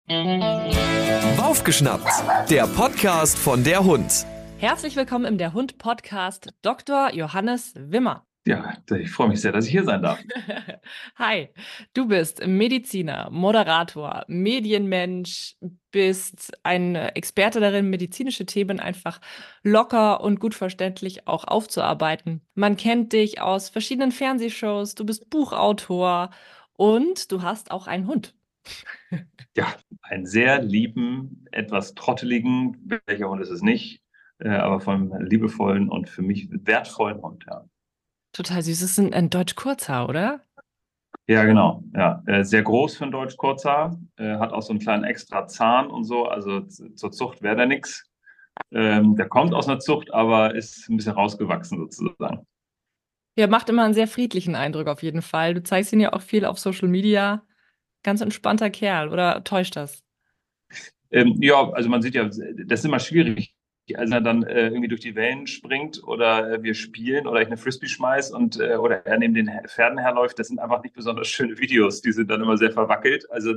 Aufgeschnappt, der Podcast von der Hund. Herzlich willkommen im Der Hund Podcast, Dr. Johannes Wimmer. Ja, ich freue mich sehr, dass ich hier sein darf. Hi, du bist Mediziner, Moderator, Medienmensch, bist ein Experte darin, medizinische Themen einfach locker und gut verständlich auch aufzuarbeiten. Man kennt dich aus verschiedenen Fernsehshows, du bist Buchautor und du hast auch einen Hund. Ja, einen sehr lieben, etwas trotteligen, welcher Hund ist es nicht, aber von einem liebevollen und für mich wertvollen Hund, ja. Total süß, es ist ein Deutsch-Kurzhaar, oder? Ja, genau, ja. Sehr groß für ein Deutsch-Kurzhaar, hat auch so einen kleinen extra Zahn und so, also zur Zucht wäre der nix. Der kommt aus einer Zucht, aber ist ein bisschen rausgewachsen sozusagen. Ja, macht immer einen sehr friedlichen Eindruck auf jeden Fall. Du zeigst ihn ja auch viel auf Social Media. Ganz entspannter Kerl, oder täuscht das? Ja, also man sieht ja, das ist immer schwierig, als er dann irgendwie durch die Wellen springt oder wir spielen oder ich eine Frisbee schmeiß und oder er neben den Pferden herläuft. Das sind einfach nicht besonders schöne Videos. Die sind dann immer sehr verwackelt. Also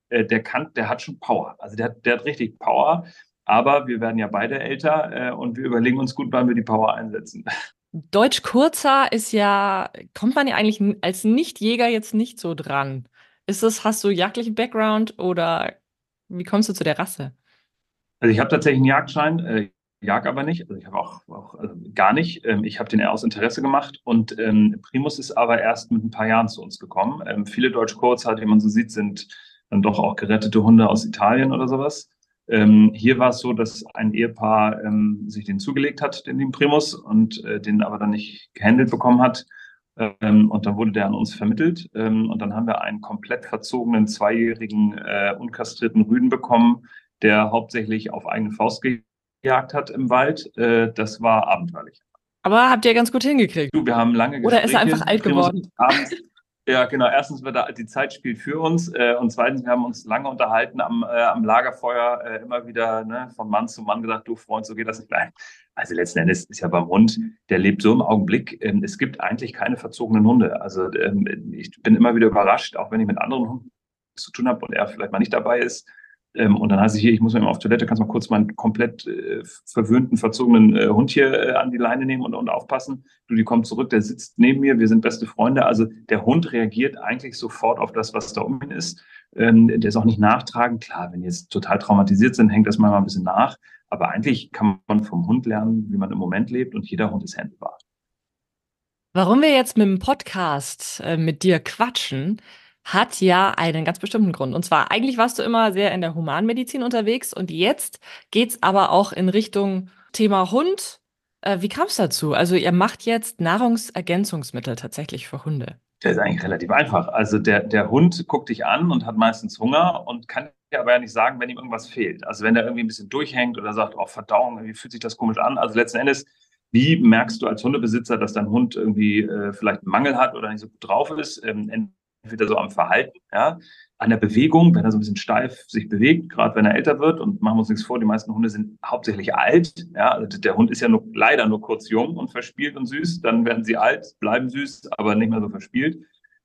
der hat schon Power. Also der hat richtig Power. Aber wir werden ja beide älter und wir überlegen uns gut, wann wir die Power einsetzen. Deutsch Kurzhaar ist ja, kommt man ja eigentlich als Nichtjäger jetzt nicht so dran. Hast du jagdlichen Background oder wie kommst du zu der Rasse? Also ich habe tatsächlich einen Jagdschein, jag aber nicht. Also ich habe auch gar nicht. Ich habe den eher aus Interesse gemacht und Primus ist aber erst mit ein paar Jahren zu uns gekommen. Viele Deutsch Kurzhaar, die man so sieht, sind dann doch auch gerettete Hunde aus Italien oder sowas. Hier war es so, dass ein Ehepaar sich den zugelegt hat, den lieben Primus, und den aber dann nicht gehandelt bekommen hat. Und dann wurde der an uns vermittelt. Und dann haben wir einen komplett verzogenen, zweijährigen, unkastrierten Rüden bekommen, der hauptsächlich auf eigene Faust gejagt hat im Wald. Das war abenteuerlich. Aber habt ihr ganz gut hingekriegt. Du, wir haben lange Oder ist er Gespräche. einfach alt Primus geworden? abends. Ja, genau. Erstens, die Zeit spielt für uns. Und zweitens, wir haben uns lange unterhalten am Lagerfeuer, immer wieder von Mann zu Mann gesagt, du Freund, so geht das nicht rein. Also letzten Endes ist ja beim Hund, der lebt so im Augenblick. Es gibt eigentlich keine verzogenen Hunde. Also ich bin immer wieder überrascht, auch wenn ich mit anderen Hunden zu tun habe und er vielleicht mal nicht dabei ist. Und dann heißt es hier, ich muss mir mal auf Toilette, kannst mal kurz meinen komplett verwöhnten, verzogenen Hund hier an die Leine nehmen und aufpassen. Du, die kommt zurück, der sitzt neben mir, wir sind beste Freunde. Also der Hund reagiert eigentlich sofort auf das, was da um ihn ist. Der ist auch nicht nachtragend. Klar, wenn die jetzt total traumatisiert sind, hängt das manchmal ein bisschen nach. Aber eigentlich kann man vom Hund lernen, wie man im Moment lebt, und jeder Hund ist handelbar. Warum wir jetzt mit dem Podcast mit dir quatschen, hat ja einen ganz bestimmten Grund. Und zwar, eigentlich warst du immer sehr in der Humanmedizin unterwegs und jetzt geht's aber auch in Richtung Thema Hund. Wie kam es dazu? Also ihr macht jetzt Nahrungsergänzungsmittel tatsächlich für Hunde. Der ist eigentlich relativ einfach. Also der Hund guckt dich an und hat meistens Hunger und kann dir aber ja nicht sagen, wenn ihm irgendwas fehlt. Also wenn der irgendwie ein bisschen durchhängt oder sagt, oh Verdauung, wie fühlt sich das komisch an? Also letzten Endes, wie merkst du als Hundebesitzer, dass dein Hund irgendwie vielleicht einen Mangel hat oder nicht so gut drauf ist? Entweder so am Verhalten, ja, an der Bewegung, wenn er so ein bisschen steif sich bewegt, gerade wenn er älter wird. Und machen wir uns nichts vor, die meisten Hunde sind hauptsächlich alt. Ja, also der Hund ist ja leider nur kurz jung und verspielt und süß. Dann werden sie alt, bleiben süß, aber nicht mehr so verspielt.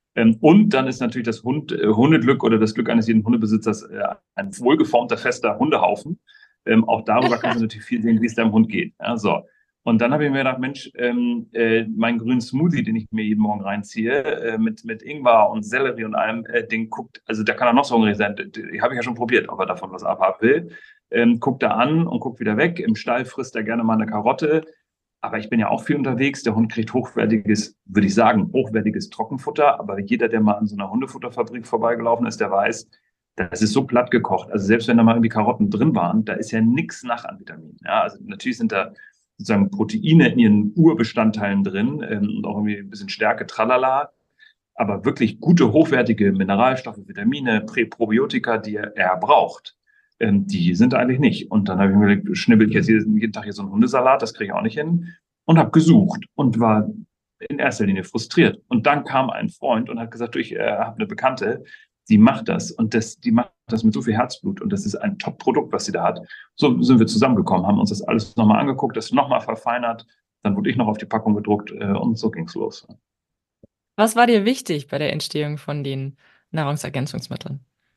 Und dann ist natürlich das Hundeglück oder das Glück eines jeden Hundebesitzers ein wohlgeformter, fester Hundehaufen. Auch darüber kannst du natürlich viel sehen, wie es deinem Hund geht. Ja, so. Und dann habe ich mir gedacht, Mensch, meinen grünen Smoothie, den ich mir jeden Morgen reinziehe, mit Ingwer und Sellerie und allem, den guckt, also da kann er noch so hungrig sein, den habe ich ja schon probiert, ob er davon was abhaben will. Guckt er an und guckt wieder weg. Im Stall frisst er gerne mal eine Karotte. Aber ich bin ja auch viel unterwegs. Der Hund kriegt hochwertiges, würde ich sagen, hochwertiges Trockenfutter. Aber jeder, der mal an so einer Hundefutterfabrik vorbeigelaufen ist, der weiß, das ist so platt gekocht. Also selbst wenn da mal irgendwie Karotten drin waren, da ist ja nichts nach an Vitaminen. Ja, also natürlich sind da sozusagen Proteine in ihren Urbestandteilen drin und auch irgendwie ein bisschen Stärke, tralala. Aber wirklich gute, hochwertige Mineralstoffe, Vitamine, Probiotika, die er braucht, die sind eigentlich nicht. Und dann habe ich mir gedacht, schnibbel ich jetzt jeden Tag hier so einen Hundesalat, das kriege ich auch nicht hin. Und habe gesucht und war in erster Linie frustriert. Und dann kam ein Freund und hat gesagt, du, ich habe eine Bekannte, die macht das. Und die macht das mit so viel Herzblut. Und das ist ein Top-Produkt, was sie da hat. So sind wir zusammengekommen, haben uns das alles nochmal angeguckt, das nochmal verfeinert. Dann wurde ich noch auf die Packung gedruckt und so ging's los. Was war dir wichtig bei der Entstehung von den Nahrungsergänzungsmitteln?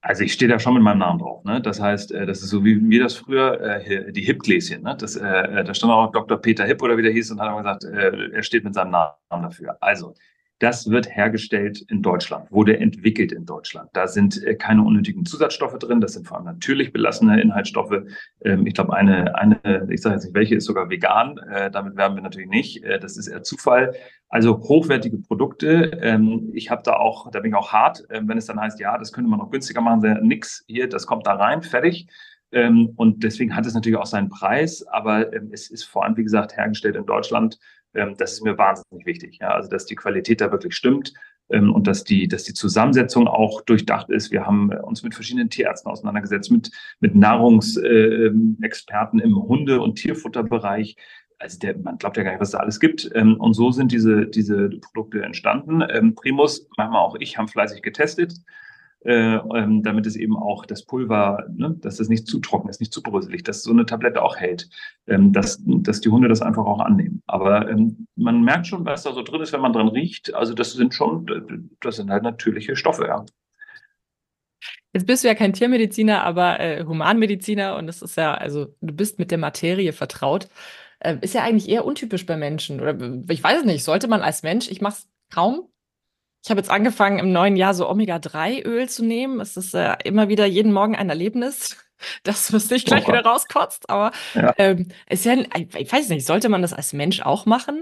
Also ich stehe da schon mit meinem Namen drauf. Ne? Das heißt, das ist so wie wir das früher, die Hip-Gläschen. Ne? Da stand auch Dr. Peter Hipp oder wie der hieß und hat immer gesagt, er steht mit seinem Namen dafür. Also das wird hergestellt in Deutschland, wurde entwickelt in Deutschland. Da sind keine unnötigen Zusatzstoffe drin. Das sind vor allem natürlich belassene Inhaltsstoffe. Ich glaube, ich sage jetzt nicht welche, ist sogar vegan. Damit werben wir natürlich nicht. Das ist eher Zufall. Also hochwertige Produkte. Da bin ich auch hart, wenn es dann heißt, ja, das könnte man noch günstiger machen, nix hier, das kommt da rein, fertig. Und deswegen hat es natürlich auch seinen Preis, aber es ist vor allem, wie gesagt, hergestellt in Deutschland. Das ist mir wahnsinnig wichtig. Ja? Also, dass die Qualität da wirklich stimmt und dass die Zusammensetzung auch durchdacht ist. Wir haben uns mit verschiedenen Tierärzten auseinandergesetzt, mit Nahrungsexperten im Hunde- und Tierfutterbereich. Also man glaubt ja gar nicht, was da alles gibt. Und so sind diese Produkte entstanden. Primus, manchmal auch ich, haben fleißig getestet, damit es eben auch das Pulver, ne, dass es nicht zu trocken ist, nicht zu bröselig, dass so eine Tablette auch hält, dass die Hunde das einfach auch annehmen. Aber man merkt schon, was da so drin ist, wenn man dran riecht. Also das sind halt natürliche Stoffe, ja. Jetzt bist du ja kein Tiermediziner, aber Humanmediziner und es ist ja, also du bist mit der Materie vertraut. Ist ja eigentlich eher untypisch bei Menschen. Oder ich weiß es nicht, sollte man als Mensch, ich mache es kaum. Ich habe jetzt angefangen, im neuen Jahr so Omega-3-Öl zu nehmen. Es ist immer wieder jeden Morgen ein Erlebnis, das müsste ich Oh gleich wieder Gott. rauskotzt. Aber Ja. ist ja, ich weiß nicht, sollte man das als Mensch auch machen?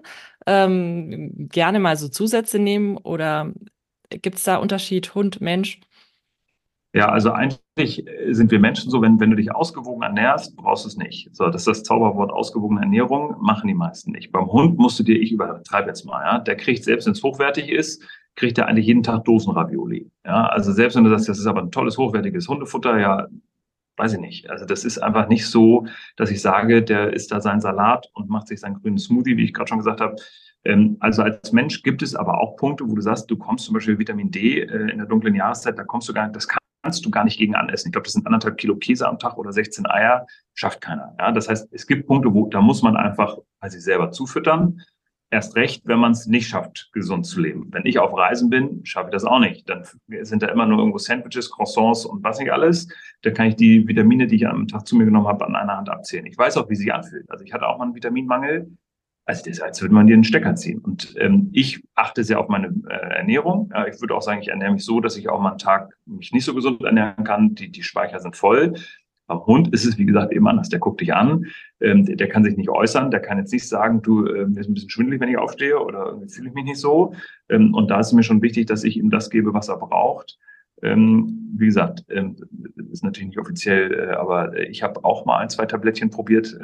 Gerne mal so Zusätze nehmen oder gibt es da Unterschied Hund, Mensch? Ja, also eigentlich sind wir Menschen so, wenn du dich ausgewogen ernährst, brauchst du es nicht. So, das ist das Zauberwort ausgewogene Ernährung, machen die meisten nicht. Beim Hund ich übertreibe jetzt mal, ja, der kriegt, selbst wenn es hochwertig ist, kriegt er eigentlich jeden Tag Dosenravioli. Ja, also selbst wenn du sagst, das ist aber ein tolles, hochwertiges Hundefutter, ja, weiß ich nicht. Also das ist einfach nicht so, dass ich sage, der isst da seinen Salat und macht sich seinen grünen Smoothie, wie ich gerade schon gesagt habe. Also als Mensch gibt es aber auch Punkte, wo du sagst, du kommst zum Beispiel Vitamin D in der dunklen Jahreszeit, da kommst du gar nicht, das kannst du gar nicht gegen anessen. Ich glaube, das sind 1,5 Kilo Käse am Tag oder 16 Eier, schafft keiner. Ja, das heißt, es gibt Punkte, da muss man einfach bei sich selber zufüttern. Erst recht, wenn man es nicht schafft, gesund zu leben. Wenn ich auf Reisen bin, schaffe ich das auch nicht. Dann sind da immer nur irgendwo Sandwiches, Croissants und was nicht alles. Da kann ich die Vitamine, die ich am Tag zu mir genommen habe, an einer Hand abzählen. Ich weiß auch, wie sie anfühlt. Also ich hatte auch mal einen Vitaminmangel. Also das ist, als würde man dir einen Stecker ziehen. Und ich achte sehr auf meine Ernährung. Ja, ich würde auch sagen, ich ernähre mich so, dass ich auch mal einen Tag mich nicht so gesund ernähren kann. Die Speicher sind voll. Beim Hund ist es, wie gesagt, eben anders. Der guckt dich an, der kann sich nicht äußern, der kann jetzt nicht sagen, du, mir ist ein bisschen schwindelig, wenn ich aufstehe oder irgendwie fühle ich mich nicht so. Und da ist mir schon wichtig, dass ich ihm das gebe, was er braucht. Wie gesagt, ist natürlich nicht offiziell, aber ich habe auch mal 1, 2 Tablettchen probiert.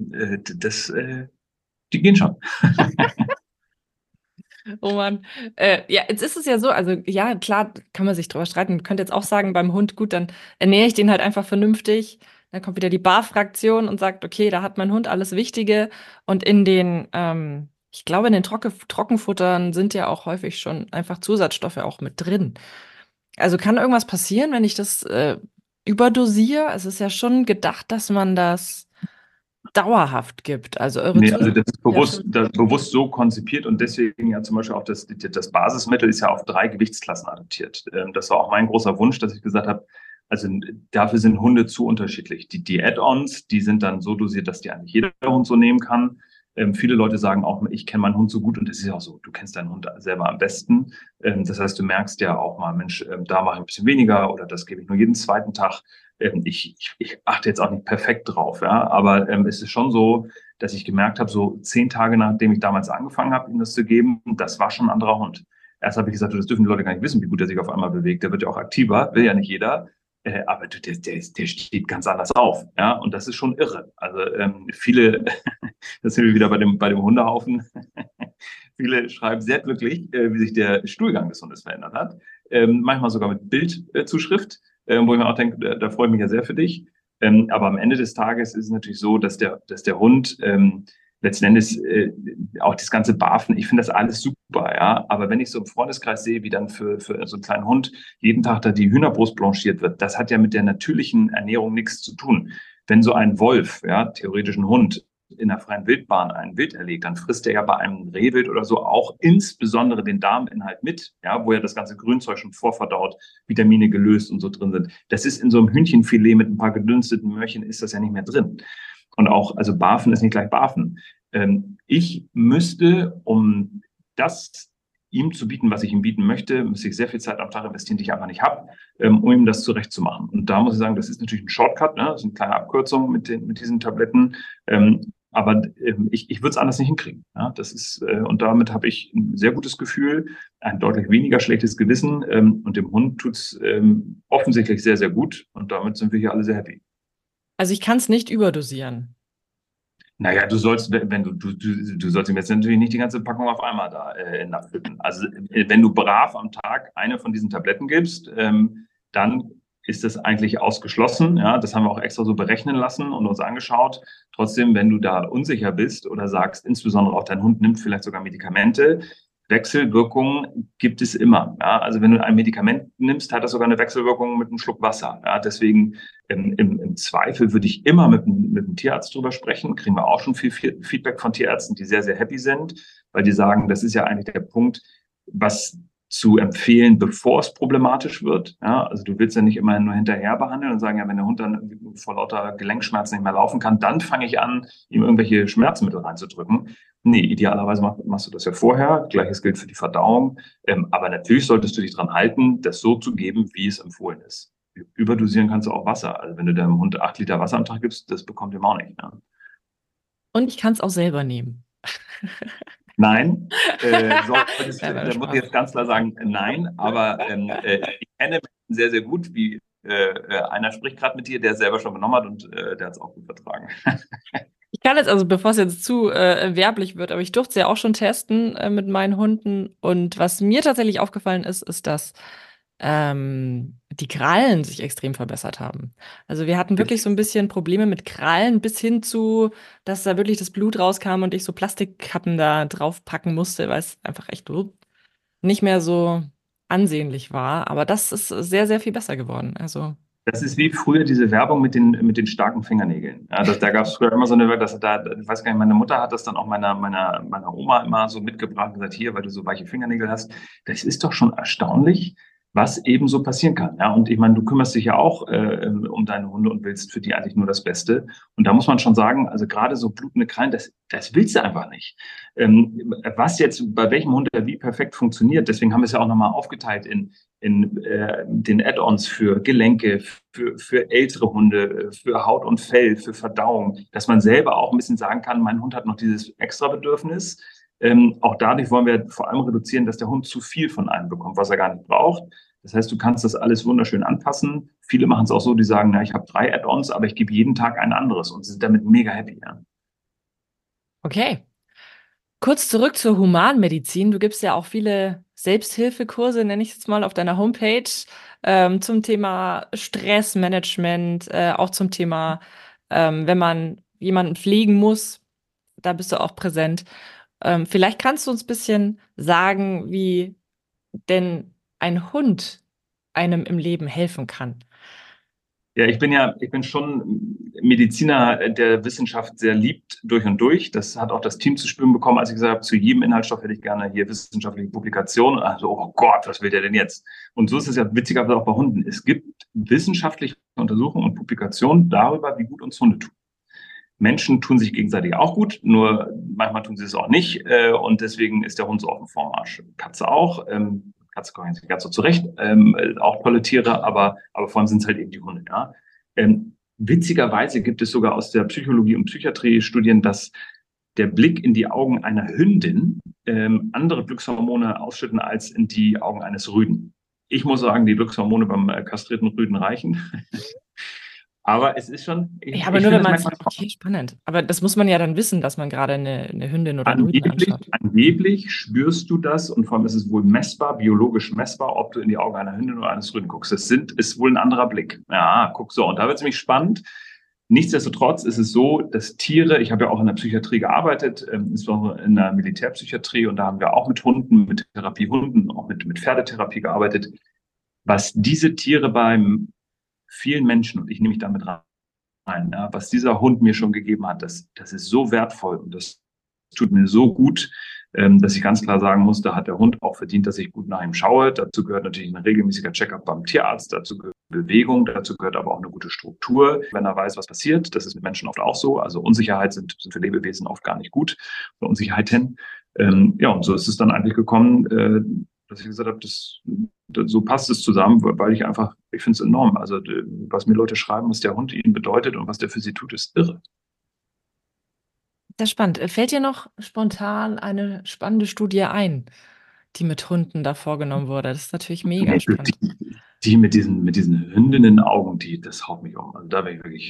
Die gehen schon. Oh Mann. Ja, jetzt ist es ja so, also ja, klar, kann man sich drüber streiten. Man könnte jetzt auch sagen, beim Hund, gut, dann ernähre ich den halt einfach vernünftig. Dann kommt wieder die Bar-Fraktion und sagt, okay, da hat mein Hund alles Wichtige. Und ich glaube, in den Trockenfuttern sind ja auch häufig schon einfach Zusatzstoffe auch mit drin. Also kann irgendwas passieren, wenn ich das überdosiere? Es ist ja schon gedacht, dass man das dauerhaft gibt. Also eure Nee, also Zusätze das ist sind ja schon. bewusst so konzipiert und deswegen ja zum Beispiel auch das Basismittel ist ja auf 3 Gewichtsklassen adaptiert. Das war auch mein großer Wunsch, dass ich gesagt habe, also dafür sind Hunde zu unterschiedlich. Die Add-ons, die sind dann so dosiert, dass die eigentlich jeder Hund so nehmen kann. Viele Leute sagen auch, ich kenne meinen Hund so gut und das ist ja auch so, du kennst deinen Hund selber am besten. Das heißt, du merkst ja auch mal, Mensch, da mache ich ein bisschen weniger oder das gebe ich nur jeden zweiten Tag. Ich achte jetzt auch nicht perfekt drauf, ja, aber es ist schon so, dass ich gemerkt habe, so 10 Tage nachdem ich damals angefangen habe, ihm das zu geben, das war schon ein anderer Hund. Erst habe ich gesagt, das dürfen die Leute gar nicht wissen, wie gut er sich auf einmal bewegt. Der wird ja auch aktiver, will ja nicht jeder. Aber der steht ganz anders auf. Ja, und das ist schon irre. Also viele, das sind wir wieder bei dem Hundehaufen. Viele schreiben sehr glücklich, wie sich der Stuhlgang des Hundes verändert hat. Manchmal sogar mit Bildzuschrift, wo ich mir auch denke, da freue ich mich ja sehr für dich. Aber am Ende des Tages ist es natürlich so, dass der Hund letzten Endes auch das ganze Barfen, ich finde das alles super, ja. Aber wenn ich so im Freundeskreis sehe, wie dann für so einen kleinen Hund jeden Tag da die Hühnerbrust blanchiert wird, das hat ja mit der natürlichen Ernährung nichts zu tun. Wenn so ein Wolf, ja, theoretisch ein Hund, in der freien Wildbahn ein Wild erlegt, dann frisst er ja bei einem Rehwild oder so auch insbesondere den Darminhalt mit, ja, wo ja das ganze Grünzeug schon vorverdaut, Vitamine gelöst und so drin sind. Das ist in so einem Hühnchenfilet mit ein paar gedünsteten Möhrchen ist das ja nicht mehr drin. Und auch, also Barfen ist nicht gleich Barfen. Ich müsste, um das ihm zu bieten, was ich ihm bieten möchte, müsste ich sehr viel Zeit am Tag investieren, die ich einfach nicht habe, um ihm das zurechtzumachen. Und da muss ich sagen, das ist natürlich ein Shortcut, ne? Das ist eine kleine Abkürzung mit diesen Tabletten. Aber ich würde es anders nicht hinkriegen. Ja? Das ist, und damit habe ich ein sehr gutes Gefühl, ein deutlich weniger schlechtes Gewissen. Und dem Hund tut es offensichtlich sehr, sehr gut. Und damit sind wir hier alle sehr happy. Also ich kann es nicht überdosieren. Naja, du sollst, wenn du sollst ihm jetzt natürlich nicht die ganze Packung auf einmal da nachfüllen. Also wenn du brav am Tag eine von diesen Tabletten gibst, dann ist das eigentlich ausgeschlossen. Ja, das haben wir auch extra so berechnen lassen und uns angeschaut. Trotzdem, wenn du da unsicher bist oder sagst, insbesondere auch dein Hund nimmt vielleicht sogar Medikamente, Wechselwirkungen gibt es immer. Ja, also wenn du ein Medikament nimmst, hat das sogar eine Wechselwirkung mit einem Schluck Wasser. Ja, deswegen im Zweifel würde ich immer mit dem Tierarzt drüber sprechen. Kriegen wir auch schon viel Feedback von Tierärzten, die sehr, sehr happy sind, weil die sagen, das ist ja eigentlich der Punkt, was zu empfehlen, bevor es problematisch wird. Ja, also du willst ja nicht immer nur hinterher behandeln und sagen, ja, wenn der Hund dann vor lauter Gelenkschmerzen nicht mehr laufen kann, dann fange ich an, ihm irgendwelche Schmerzmittel reinzudrücken. Nee, idealerweise machst du das ja vorher. Gleiches gilt für die Verdauung. Aber natürlich solltest du dich dran halten, das so zu geben, wie es empfohlen ist. Überdosieren kannst du auch Wasser. Also wenn du deinem Hund 8 Liter Wasser am Tag gibst, das bekommt ihr auch nicht. Ne? Und ich kann es auch selber nehmen. Nein, da muss ich jetzt ganz klar sagen, nein, aber ich kenne Menschen sehr, sehr gut, wie einer spricht gerade mit dir, der es selber schon genommen hat und der hat es auch gut vertragen. Ich kann jetzt, also bevor es jetzt zu werblich wird, aber ich durfte es ja auch schon testen mit meinen Hunden. Und was mir tatsächlich aufgefallen ist, ist, dass die Krallen sich extrem verbessert haben. Also wir hatten wirklich so ein bisschen Probleme mit Krallen bis hin zu, dass da wirklich das Blut rauskam und ich so Plastikkappen da drauf packen musste, weil es einfach echt nicht mehr so ansehnlich war. Aber das ist sehr, sehr viel besser geworden. Also Das ist wie früher diese Werbung mit den starken Fingernägeln. Ja, da gab es früher immer so eine, ich weiß gar nicht, meine Mutter hat das dann auch meiner Oma immer so mitgebracht und gesagt, hier, weil du so weiche Fingernägel hast. Das ist doch schon erstaunlich, was eben so passieren kann. Ja, und ich meine, du kümmerst dich ja auch um deine Hunde und willst für die eigentlich nur das Beste. Und da muss man schon sagen, also gerade so blutende Krallen, das willst du einfach nicht. Was jetzt bei welchem Hund wie perfekt funktioniert, deswegen haben wir es ja auch nochmal aufgeteilt in den Add-ons für Gelenke, für ältere Hunde, für Haut und Fell, für Verdauung, dass man selber auch ein bisschen sagen kann, mein Hund hat noch dieses Extra-Bedürfnis. Auch dadurch wollen wir vor allem reduzieren, dass der Hund zu viel von einem bekommt, was er gar nicht braucht. Das heißt, du kannst das alles wunderschön anpassen. Viele machen es auch so, die sagen, na, ich habe 3 Add-ons, aber ich gebe jeden Tag ein anderes und sind damit mega happy. Ja. okay. Kurz zurück zur Humanmedizin. Du gibst ja auch viele Selbsthilfekurse, nenne ich es jetzt mal, auf deiner Homepage zum Thema Stressmanagement, auch zum Thema, wenn man jemanden pflegen muss, da bist du auch präsent. Vielleicht kannst du uns ein bisschen sagen, wie denn ein Hund einem im Leben helfen kann. Ja, ich bin schon Mediziner, der Wissenschaft sehr liebt durch und durch. Das hat auch das Team zu spüren bekommen, als ich gesagt habe, zu jedem Inhaltsstoff hätte ich gerne hier wissenschaftliche Publikationen. Also, oh Gott, was will der denn jetzt? Und so ist es ja witzigerweise auch bei Hunden. Es gibt wissenschaftliche Untersuchungen und Publikationen darüber, wie gut uns Hunde tun. Menschen tun sich gegenseitig auch gut, nur manchmal tun sie es auch nicht. Und deswegen ist der Hund so auf dem Vormarsch. Katze auch. Katze kommen jetzt nicht ganz so zurecht, auch tolle Tiere, aber vor allem sind es halt eben die Hunde. Ja? Witzigerweise gibt es sogar aus der Psychologie und Psychiatrie Studien, dass der Blick in die Augen einer Hündin andere Glückshormone ausschütten als in die Augen eines Rüden. Ich muss sagen, die Glückshormone beim kastrierten Rüden reichen. Aber es ist schon. Ja, aber nur wenn man es. Okay, spannend. Aber das muss man ja dann wissen, dass man gerade eine Hündin oder einen Rüden anschaut. Angeblich spürst du das und vor allem ist es wohl messbar, biologisch messbar, ob du in die Augen einer Hündin oder eines Rüden guckst. Ist wohl ein anderer Blick. Ja, guck so. Und da wird es nämlich spannend. Nichtsdestotrotz ist es so, dass Tiere, ich habe ja auch in der Psychiatrie gearbeitet, insbesondere in der Militärpsychiatrie, und da haben wir auch mit Hunden, mit Therapiehunden, auch mit Pferdetherapie gearbeitet, was diese Tiere beim vielen Menschen, und ich nehme mich damit rein, ja, was dieser Hund mir schon gegeben hat, das ist so wertvoll und das tut mir so gut, dass ich ganz klar sagen muss, da hat der Hund auch verdient, dass ich gut nach ihm schaue. Dazu gehört natürlich ein regelmäßiger Check-up beim Tierarzt, dazu gehört Bewegung, dazu gehört aber auch eine gute Struktur, wenn er weiß, was passiert. Das ist mit Menschen oft auch so. Also Unsicherheit sind für Lebewesen oft gar nicht gut, oder Unsicherheiten. Ja, und so ist es dann eigentlich gekommen, dass ich gesagt habe, so passt es zusammen, weil ich finde es enorm. Also was mir Leute schreiben, was der Hund ihnen bedeutet und was der für sie tut, ist irre. Sehr spannend. Fällt dir noch spontan eine spannende Studie ein, die mit Hunden da vorgenommen wurde? Das ist natürlich mega spannend. Die mit diesen Hündinnen-Augen, das haut mich um. Also da bin ich wirklich,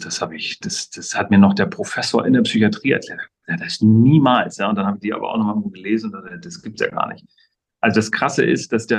das hat mir noch der Professor in der Psychiatrie erklärt. Ja, das niemals, ja. Und dann habe ich die aber auch nochmal gelesen und das gibt's ja gar nicht. Also das Krasse ist, dass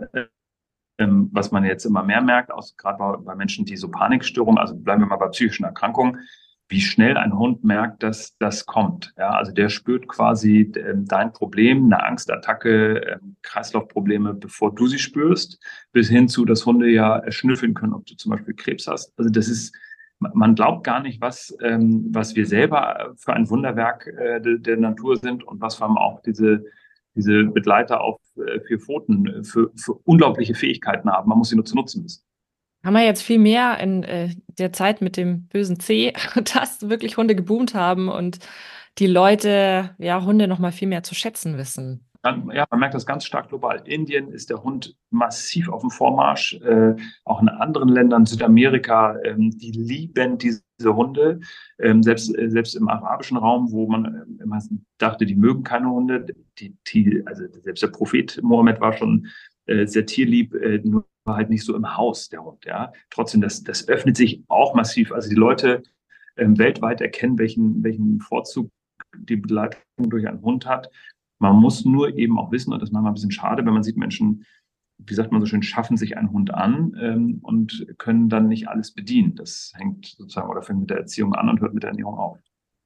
was man jetzt immer mehr merkt, gerade bei Menschen, die so Panikstörungen, also bleiben wir mal bei psychischen Erkrankungen, wie schnell ein Hund merkt, dass das kommt. Ja, also der spürt quasi dein Problem, eine Angstattacke, Kreislaufprobleme, bevor du sie spürst, bis hin zu, dass Hunde ja schnüffeln können, ob du zum Beispiel Krebs hast. Also man glaubt gar nicht, was wir selber für ein Wunderwerk der Natur sind und was vor allem auch diese Begleiter auf 4 Pfoten für unglaubliche Fähigkeiten haben. Man muss sie nur zu nutzen wissen. Haben wir jetzt viel mehr in der Zeit mit dem bösen C, dass wirklich Hunde geboomt haben und die Leute ja Hunde noch mal viel mehr zu schätzen wissen. Ja, man merkt das ganz stark global. Indien ist der Hund massiv auf dem Vormarsch, auch in anderen Ländern, Südamerika, die lieben diese Hunde. Selbst im arabischen Raum, wo man immer dachte, die mögen keine Hunde, also selbst der Prophet Mohammed war schon sehr tierlieb, nur halt nicht so im Haus, der Hund. Ja. Trotzdem, das öffnet sich auch massiv. Also die Leute weltweit erkennen, welchen Vorzug die Begleitung durch einen Hund hat. Man muss nur eben auch wissen, und das ist manchmal ein bisschen schade, wenn man sieht, Menschen, wie sagt man so schön, schaffen sich einen Hund an und können dann nicht alles bedienen. Das hängt sozusagen oder fängt mit der Erziehung an und hört mit der Ernährung auf.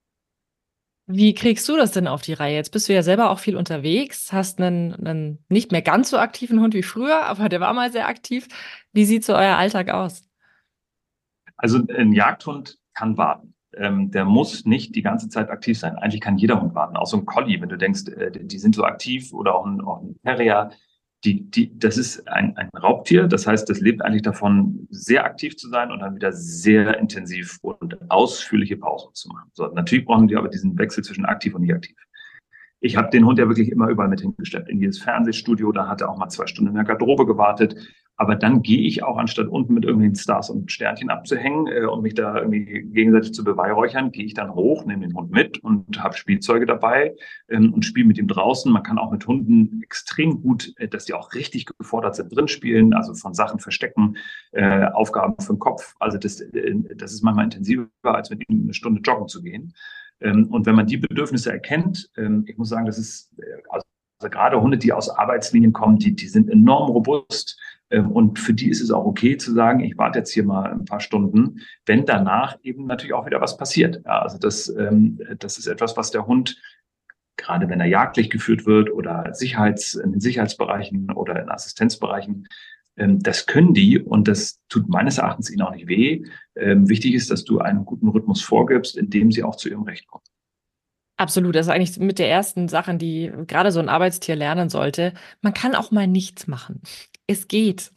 Wie kriegst du das denn auf die Reihe? Jetzt bist du ja selber auch viel unterwegs, hast einen nicht mehr ganz so aktiven Hund wie früher, aber der war mal sehr aktiv. Wie sieht so euer Alltag aus? Also ein Jagdhund kann warten. Der muss nicht die ganze Zeit aktiv sein. Eigentlich kann jeder Hund warten, auch so ein Collie, wenn du denkst, die sind so aktiv oder auch ein Terrier. Das ist ein Raubtier, das heißt, das lebt eigentlich davon, sehr aktiv zu sein und dann wieder sehr intensiv und ausführliche Pausen zu machen. So, natürlich brauchen die aber diesen Wechsel zwischen aktiv und nicht aktiv. Ich habe den Hund ja wirklich immer überall mit hingestellt. In jedes Fernsehstudio, da hat er auch mal 2 Stunden in der Garderobe gewartet. Aber dann gehe ich auch, anstatt unten mit irgendwelchen Stars und Sternchen abzuhängen und mich da irgendwie gegenseitig zu beweihräuchern, gehe ich dann hoch, nehme den Hund mit und habe Spielzeuge dabei und spiele mit ihm draußen. Man kann auch mit Hunden extrem gut, dass die auch richtig gefordert sind, drin spielen, also von Sachen verstecken, Aufgaben für den Kopf. Also das ist manchmal intensiver, als mit ihm eine Stunde joggen zu gehen. Und wenn man die Bedürfnisse erkennt, ich muss sagen, das ist, also gerade Hunde, die aus Arbeitslinien kommen, die sind enorm robust. Und für die ist es auch okay zu sagen, ich warte jetzt hier mal ein paar Stunden, wenn danach eben natürlich auch wieder was passiert. Ja, also das ist etwas, was der Hund, gerade wenn er jagdlich geführt wird oder in den Sicherheitsbereichen oder in Assistenzbereichen, das können die und das tut meines Erachtens ihnen auch nicht weh. Wichtig ist, dass du einen guten Rhythmus vorgibst, in dem sie auch zu ihrem Recht kommen. Absolut, das ist eigentlich mit der ersten Sachen, die gerade so ein Arbeitstier lernen sollte. Man kann auch mal nichts machen. Es geht.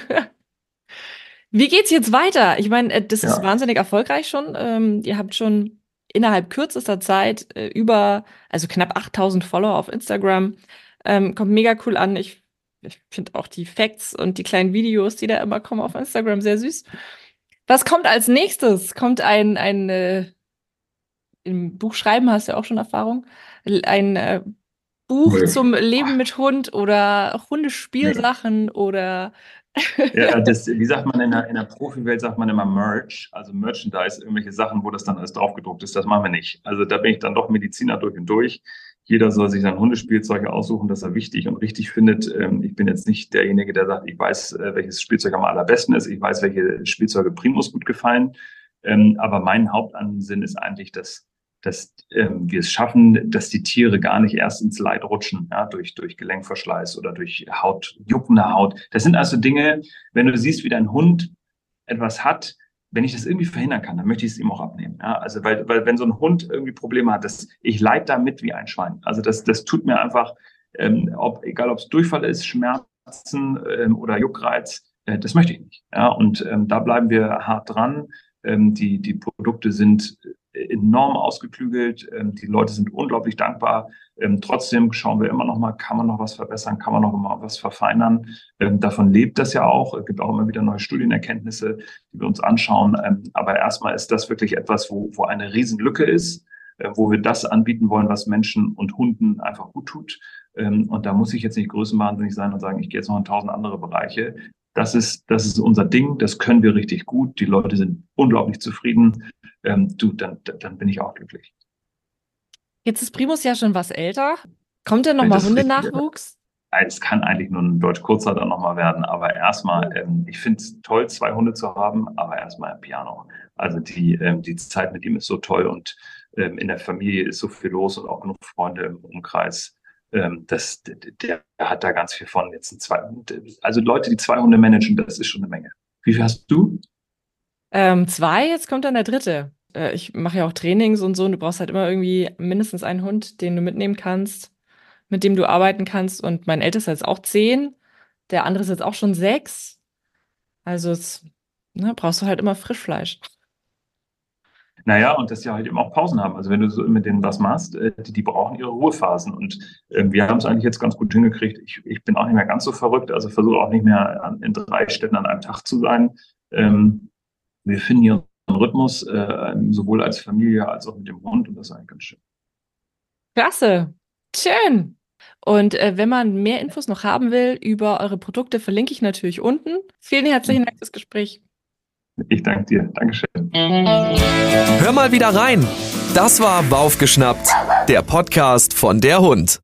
Wie geht's jetzt weiter? Ich meine, das ist Ja. wahnsinnig erfolgreich schon. Ihr habt schon innerhalb kürzester Zeit also knapp 8000 Follower auf Instagram. Kommt mega cool an. Ich finde auch die Facts und die kleinen Videos, die da immer kommen auf Instagram, sehr süß. Was kommt als nächstes? Kommt im Buchschreiben hast du ja auch schon Erfahrung, ein Buch Nee. zum Leben mit Hund oder Nee. Hundespielsachen oder Ja, wie sagt man in der Profi-Welt, sagt man immer Merch, also Merchandise, irgendwelche Sachen, wo das dann alles draufgedruckt ist, das machen wir nicht. Also da bin ich dann doch Mediziner durch und durch. Jeder soll sich sein Hundespielzeug aussuchen, das er wichtig und richtig findet. Ich bin jetzt nicht derjenige, der sagt, ich weiß, welches Spielzeug am allerbesten ist. Ich weiß, welche Spielzeuge Primus gut gefallen. Aber mein Hauptansinn ist eigentlich, dass wir es schaffen, dass die Tiere gar nicht erst ins Leid rutschen, ja, durch Gelenkverschleiß oder durch juckende Haut. Das sind also Dinge, wenn du siehst, wie dein Hund etwas hat, wenn ich das irgendwie verhindern kann, dann möchte ich es ihm auch abnehmen. Ja, also weil wenn so ein Hund irgendwie Probleme hat, ich leide da mit wie ein Schwein. Also das tut mir einfach, egal ob es Durchfall ist, Schmerzen oder Juckreiz, das möchte ich nicht. Ja, und da bleiben wir hart dran. Die Produkte sind enorm ausgeklügelt. Die Leute sind unglaublich dankbar. Trotzdem schauen wir immer noch mal, kann man noch was verbessern, kann man noch mal was verfeinern. Davon lebt das ja auch. Es gibt auch immer wieder neue Studienerkenntnisse, die wir uns anschauen. Aber erstmal ist das wirklich etwas, wo eine Riesenlücke ist, wo wir das anbieten wollen, was Menschen und Hunden einfach gut tut. Und da muss ich jetzt nicht größenwahnsinnig sein und sagen, ich gehe jetzt noch in 1000 andere Bereiche. Das ist unser Ding, das können wir richtig gut. Die Leute sind unglaublich zufrieden. Dann bin ich auch glücklich. Jetzt ist Primus ja schon was älter. Kommt denn nochmal Hundenachwuchs? Es kann eigentlich nur ein Deutsch-Kurzer dann nochmal werden, aber erstmal, ich finde es toll, 2 Hunde zu haben, aber erstmal Piano. Also die Zeit mit ihm ist so toll und in der Familie ist so viel los und auch genug Freunde im Umkreis. Der hat da ganz viel von. Also Leute, die 2 Hunde managen, das ist schon eine Menge. Wie viel hast du? 2, jetzt kommt dann der dritte. Ich mache ja auch Trainings und so und du brauchst halt immer irgendwie mindestens einen Hund, den du mitnehmen kannst, mit dem du arbeiten kannst. Und mein Ältester ist jetzt auch 10, der andere ist jetzt auch schon 6. Also brauchst du halt immer Frischfleisch. Naja, und dass sie halt eben auch Pausen haben. Also wenn du so mit denen was machst, die brauchen ihre Ruhephasen. Und wir haben es eigentlich jetzt ganz gut hingekriegt. Ich bin auch nicht mehr ganz so verrückt, also versuche auch nicht mehr in 3 Städten an einem Tag zu sein. Wir finden hier einen Rhythmus, sowohl als Familie als auch mit dem Hund. Und das ist eigentlich ganz schön. Klasse. Schön. Und wenn man mehr Infos noch haben will über eure Produkte, verlinke ich natürlich unten. Vielen herzlichen Dank fürs Gespräch. Ich danke dir. Dankeschön. Hör mal wieder rein. Das war Baufgeschnappt, der Podcast von der Hund.